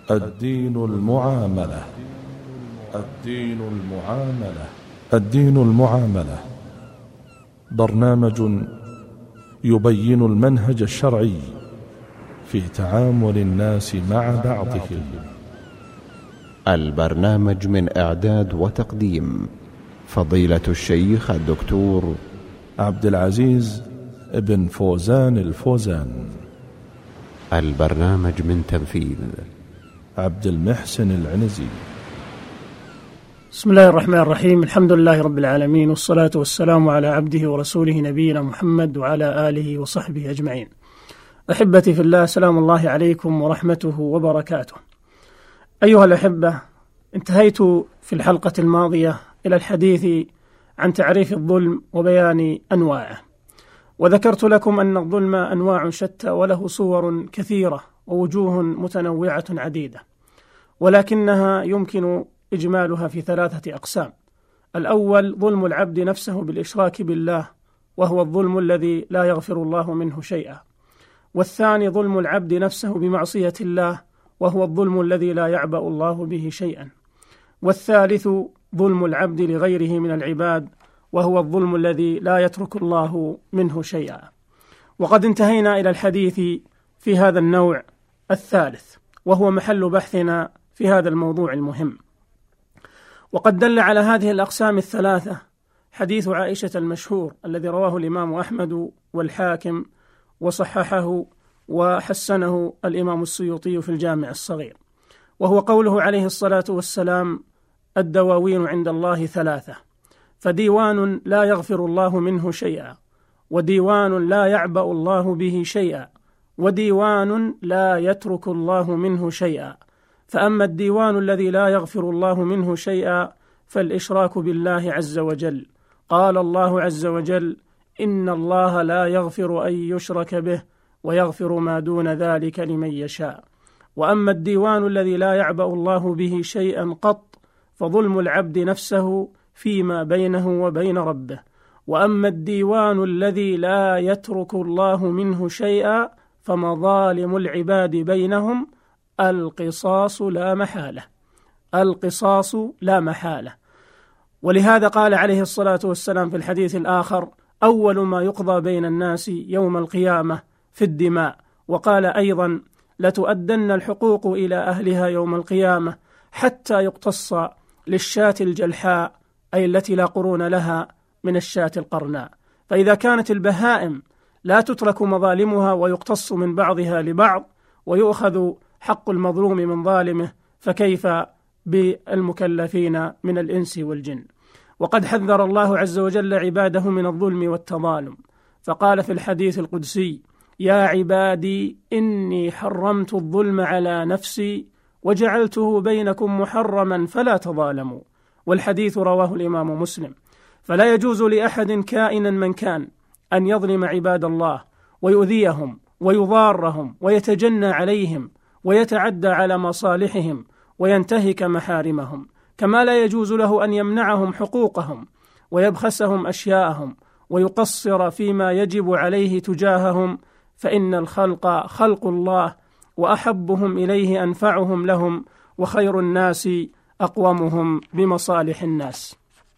الدين المعاملة. الدين المعاملة. الدين المعاملة برنامج يبين المنهج الشرعي في تعامل الناس مع بعضهم. البرنامج من إعداد وتقديم فضيلة الشيخ الدكتور عبد العزيز بن فوزان الفوزان. البرنامج من تنفيذ عبد المحسن العنزي. بسم الله الرحمن الرحيم. الحمد لله رب العالمين، والصلاة والسلام على عبده ورسوله نبينا محمد وعلى آله وصحبه أجمعين. أحبتي في الله، سلام الله عليكم ورحمته وبركاته. أيها الأحبة، انتهيت في الحلقة الماضية إلى الحديث عن تعريف الظلم وبيان أنواعه، وذكرت لكم أن الظلم أنواع شتى وله صور كثيرة ووجوه متنوعة عديدة، ولكنها يمكن إجمالها في 3 أقسام. الأول ظلم العبد نفسه بالإشراك بالله، وهو الظلم الذي لا يغفر الله منه شيئا. والثاني ظلم العبد نفسه بمعصية الله، وهو الظلم الذي لا يعبأ الله به شيئا. والثالث ظلم العبد لغيره من العباد، وهو الظلم الذي لا يترك الله منه شيئا. وقد انتهينا إلى الحديث في هذا النوع الثالث، وهو محل بحثنا في هذا الموضوع المهم. وقد دل على هذه الأقسام الثلاثة حديث عائشة المشهور الذي رواه الإمام أحمد والحاكم وصححه وحسنه الإمام السيوطي في الجامع الصغير، وهو قوله عليه الصلاة والسلام: الدواوين عند الله 3، فديوان لا يغفر الله منه شيئا، وديوان لا يعبأ الله به شيئا، وديوان لا يترك الله منه شيئا. فأما الديوان الذي لا يغفر الله منه شيئا فالإشراك بالله عز وجل. قال الله عز وجل: إن الله لا يغفر أن يشرك به ويغفر ما دون ذلك لمن يشاء. وأما الديوان الذي لا يعبأ الله به شيئا قط فظلم العبد نفسه فيما بينه وبين ربه. وأما الديوان الذي لا يترك الله منه شيئا فمظالم العباد بينهم القصاص لا محالة. القصاص لا محالة. ولهذا قال عليه الصلاة والسلام في الحديث الآخر: أول ما يقضى بين الناس يوم القيامة في الدماء. وقال أيضا: لتؤدن الحقوق إلى أهلها يوم القيامة حتى يقتص للشاة الجلحاء، أي التي لا قرون لها، من الشاة القرناء. فإذا كانت البهائم لا تترك مظالمها ويقتص من بعضها لبعض ويؤخذ حق المظلوم من ظالمه، فكيف بالمكلفين من الإنس والجن؟ وقد حذر الله عز وجل عباده من الظلم والتظالم، فقال في الحديث القدسي: يا عبادي إني حرمت الظلم على نفسي وجعلته بينكم محرما فلا تظالموا. والحديث رواه الإمام مسلم. فلا يجوز لأحد كائنا من كان أن يظلم عباد الله ويؤذيهم ويضارهم ويتجنى عليهم ويتعدى على مصالحهم وينتهك محارمهم، كما لا يجوز له أن يمنعهم حقوقهم ويبخسهم أشياءهم ويقصر فيما يجب عليه تجاههم، فإن الخلق خلق الله، وأحبهم إليه أنفعهم لهم، وخير الناس أقومهم بمصالح الناس.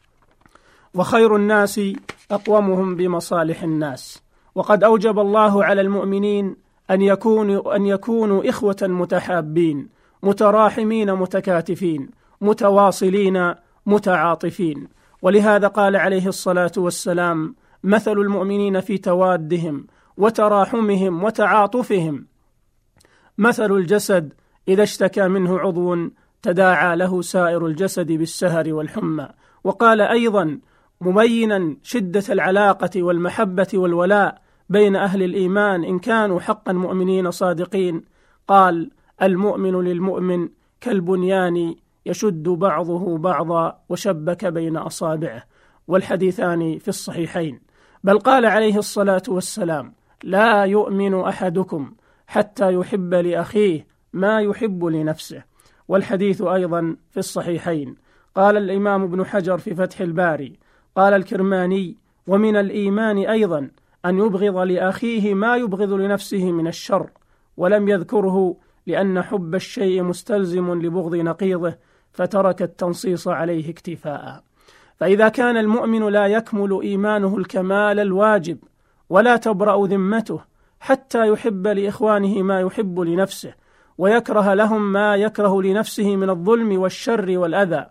وخير الناس أقومهم بمصالح الناس. وقد أوجب الله على المؤمنين أن يكونوا إخوة متحابين متراحمين متكاتفين متواصلين متعاطفين. ولهذا قال عليه الصلاة والسلام: مثل المؤمنين في توادهم وتراحمهم وتعاطفهم مثل الجسد إذا اشتكى منه عضو تداعى له سائر الجسد بالسهر والحمى. وقال أيضا مبينا شدة العلاقة والمحبة والولاء بين أهل الإيمان إن كانوا حقا مؤمنين صادقين، قال: المؤمن للمؤمن كالبنيان يشد بعضه بعضا وشبك بين أصابعه. والحديثان في الصحيحين. بل قال عليه الصلاة والسلام: لا يؤمن أحدكم حتى يحب لأخيه ما يحب لنفسه. والحديث أيضا في الصحيحين. قال الإمام ابن حجر في فتح الباري: قال الكرماني: ومن الإيمان أيضا أن يبغض لأخيه ما يبغض لنفسه من الشر، ولم يذكره لأن حب الشيء مستلزم لبغض نقيضه، فترك التنصيص عليه اكتفاء. فإذا كان المؤمن لا يكمل إيمانه الكمال الواجب ولا تبرأ ذمته حتى يحب لإخوانه ما يحب لنفسه، ويكره لهم ما يكره لنفسه من الظلم والشر والأذى،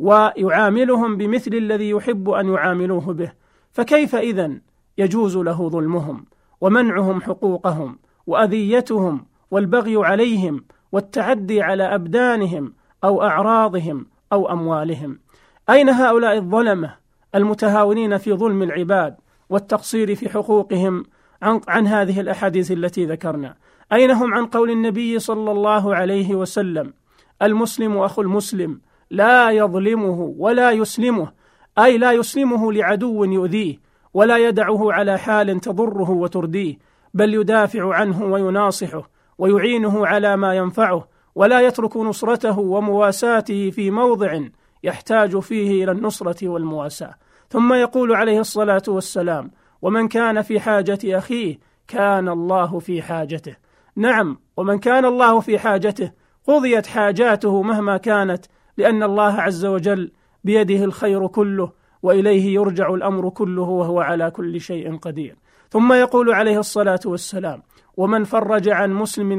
ويعاملهم بمثل الذي يحب أن يعاملوه به، فكيف إذن يجوز له ظلمهم ومنعهم حقوقهم وأذيتهم والبغي عليهم والتعدي على أبدانهم أو أعراضهم أو أموالهم؟ أين هؤلاء الظلمة المتهاونين في ظلم العباد والتقصير في حقوقهم عن هذه الأحاديث التي ذكرنا؟ أين هم عن قول النبي صلى الله عليه وسلم: المسلم أخو المسلم لا يظلمه ولا يسلمه، أي لا يسلمه لعدو يؤذيه ولا يدعه على حال تضره وترديه، بل يدافع عنه ويناصحه ويعينه على ما ينفعه، ولا يترك نصرته ومواساته في موضع يحتاج فيه إلى النصرة والمواساة. ثم يقول عليه الصلاة والسلام: ومن كان في حاجة أخيه كان الله في حاجته. نعم، ومن كان الله في حاجته قضيت حاجاته مهما كانت، لأن الله عز وجل بيده الخير كله وإليه يرجع الأمر كله وهو على كل شيء قدير. ثم يقول عليه الصلاة والسلام: ومن فرج عن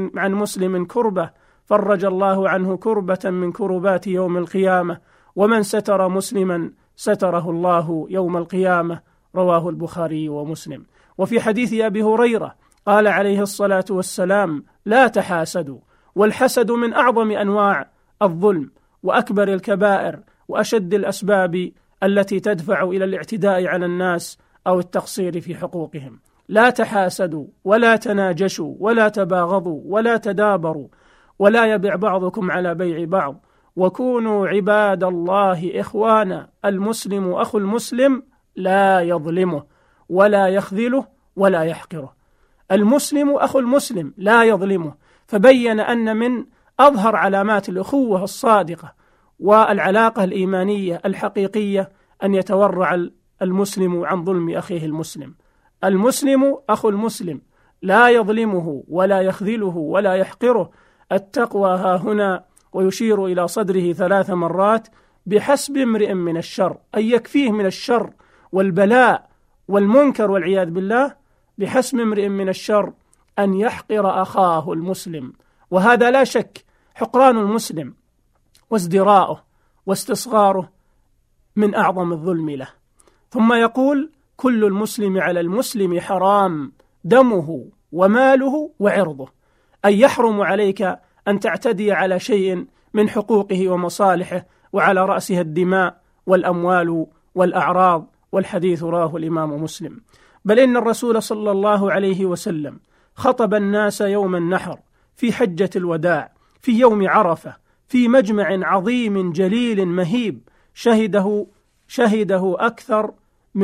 مسلم كربة فرج الله عنه كربة من كربات يوم القيامة، ومن ستر مسلما ستره الله يوم القيامة. رواه البخاري ومسلم. وفي حديث أبي هريرة قال عليه الصلاة والسلام: لا تحاسدوا، والحسد من أعظم أنواع الظلم وأكبر الكبائر وأشد الأسباب التي تدفع إلى الاعتداء على الناس أو التقصير في حقوقهم. لا تحاسدوا ولا تناجشوا ولا تباغضوا ولا تدابروا، ولا يبع بعضكم على بيع بعض، وكونوا عباد الله إخوانا. المسلم أخو المسلم لا يظلمه ولا يخذله ولا يحقره. المسلم أخو المسلم لا يظلمه، فبين أن من أظهر علامات الأخوة الصادقة والعلاقة الإيمانية الحقيقية أن يتورع المسلم عن ظلم أخيه المسلم. المسلم أخو المسلم لا يظلمه ولا يخذله ولا يحقره. التقوى ها هنا، ويشير إلى صدره 3 مرات: بحسب امرئ من الشر، أي يكفيه من الشر والبلاء والمنكر والعياذ بالله، بحسب امرئ من الشر أن يحقر أخاه المسلم. وهذا لا شك حقران المسلم وازدراؤه واستصغاره من أعظم الظلم له. ثم يقول: كل المسلم على المسلم حرام دمه وماله وعرضه، أي يحرم عليك أن تعتدي على شيء من حقوقه ومصالحه، وعلى رأسها الدماء والأموال والأعراض. والحديث رواه الإمام مسلم. بل إن الرسول صلى الله عليه وسلم خطب الناس يوم النحر في حجة الوداع في يوم عرفة في مجمع عظيم جليل مهيب شهده أكثر من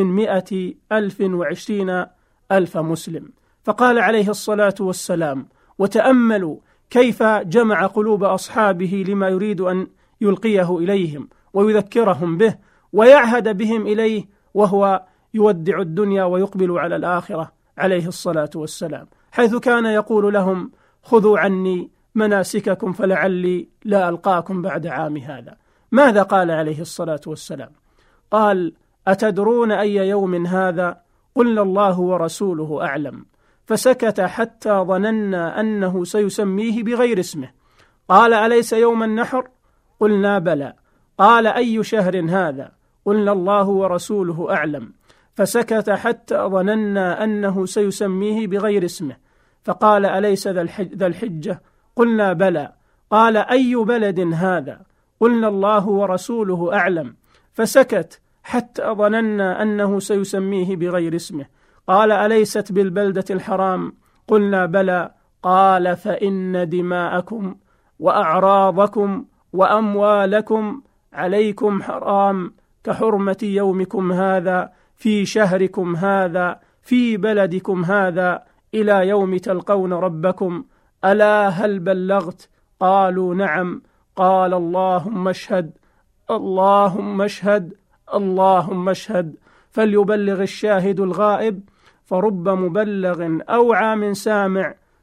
120,000 مسلم. فقال عليه الصلاة والسلام: وتأملوا كيف جمع قلوب أصحابه لما يريد أن يلقيه إليهم ويذكرهم به ويعهد بهم إليه، وهو يودع الدنيا ويقبل على الآخرة عليه الصلاة والسلام، حيث كان يقول لهم: خذوا عني مناسككم فلعلي لا ألقاكم بعد عام هذا. ماذا قال عليه الصلاة والسلام؟ قال: أتدرون أي يوم هذا؟ قلنا: الله ورسوله أعلم. فسكت حتى ظننا أنه سيسميه بغير اسمه. قال: أليس يوم النحر؟ قلنا: بلى. قال: أي شهر هذا؟ قلنا: الله ورسوله أعلم. فسكت حتى ظننا أنه سيسميه بغير اسمه. فقال: أليس ذا الحجة؟ قلنا: بلى. قال: أي بلد هذا؟ قلنا: الله ورسوله أعلم. فسكت حتى ظننا أنه سيسميه بغير اسمه. قال: أليست بالبلدة الحرام؟ قلنا: بلى. قال: فإن دماءكم وأعراضكم وأموالكم عليكم حرام كحرمة يومكم هذا في شهركم هذا في بلدكم هذا إلى يوم تلقون ربكم. ألا هل بلغت؟ قالوا: نعم. قال: اللهم اشهد اللهم اشهد اللهم اشهد. فليبلغ الشاهد الغائب، فرب مبلغ أوعى من سامع،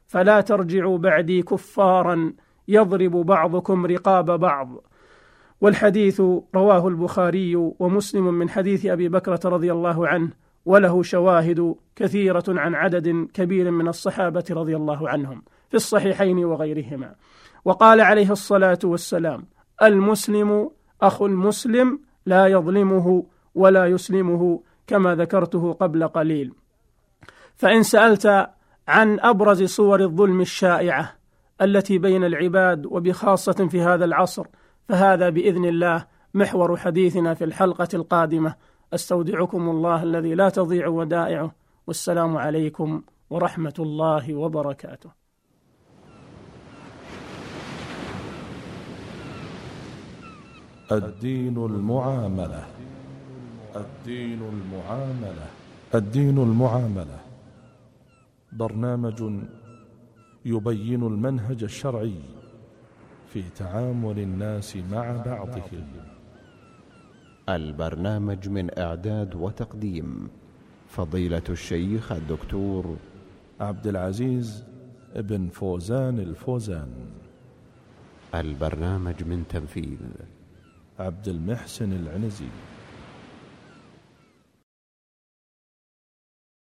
فلا ترجعوا بعدي كفارا يضرب بعضكم رقاب بعض. والحديث رواه البخاري ومسلم من حديث أبي بكرة رضي الله عنه، وله شواهد كثيرة عن عدد كبير من الصحابة رضي الله عنهم في الصحيحين وغيرهما. وقال عليه الصلاة والسلام: المسلم أخو المسلم لا يظلمه ولا يسلمه، كما ذكرته قبل قليل. فإن سألت عن أبرز صور الظلم الشائعة التي بين العباد وبخاصة في هذا العصر، فهذا بإذن الله محور حديثنا في الحلقة القادمة. أستودعكم الله الذي لا تضيع ودائعه، والسلام عليكم ورحمة الله وبركاته. الدين المعاملة. الدين المعاملة. الدين المعاملة برنامج يبين المنهج الشرعي في تعامل الناس مع بعضهم. البرنامج من إعداد وتقديم فضيلة الشيخ الدكتور عبد العزيز بن فوزان الفوزان. البرنامج من تنفيذ عبد المحسن العنزي.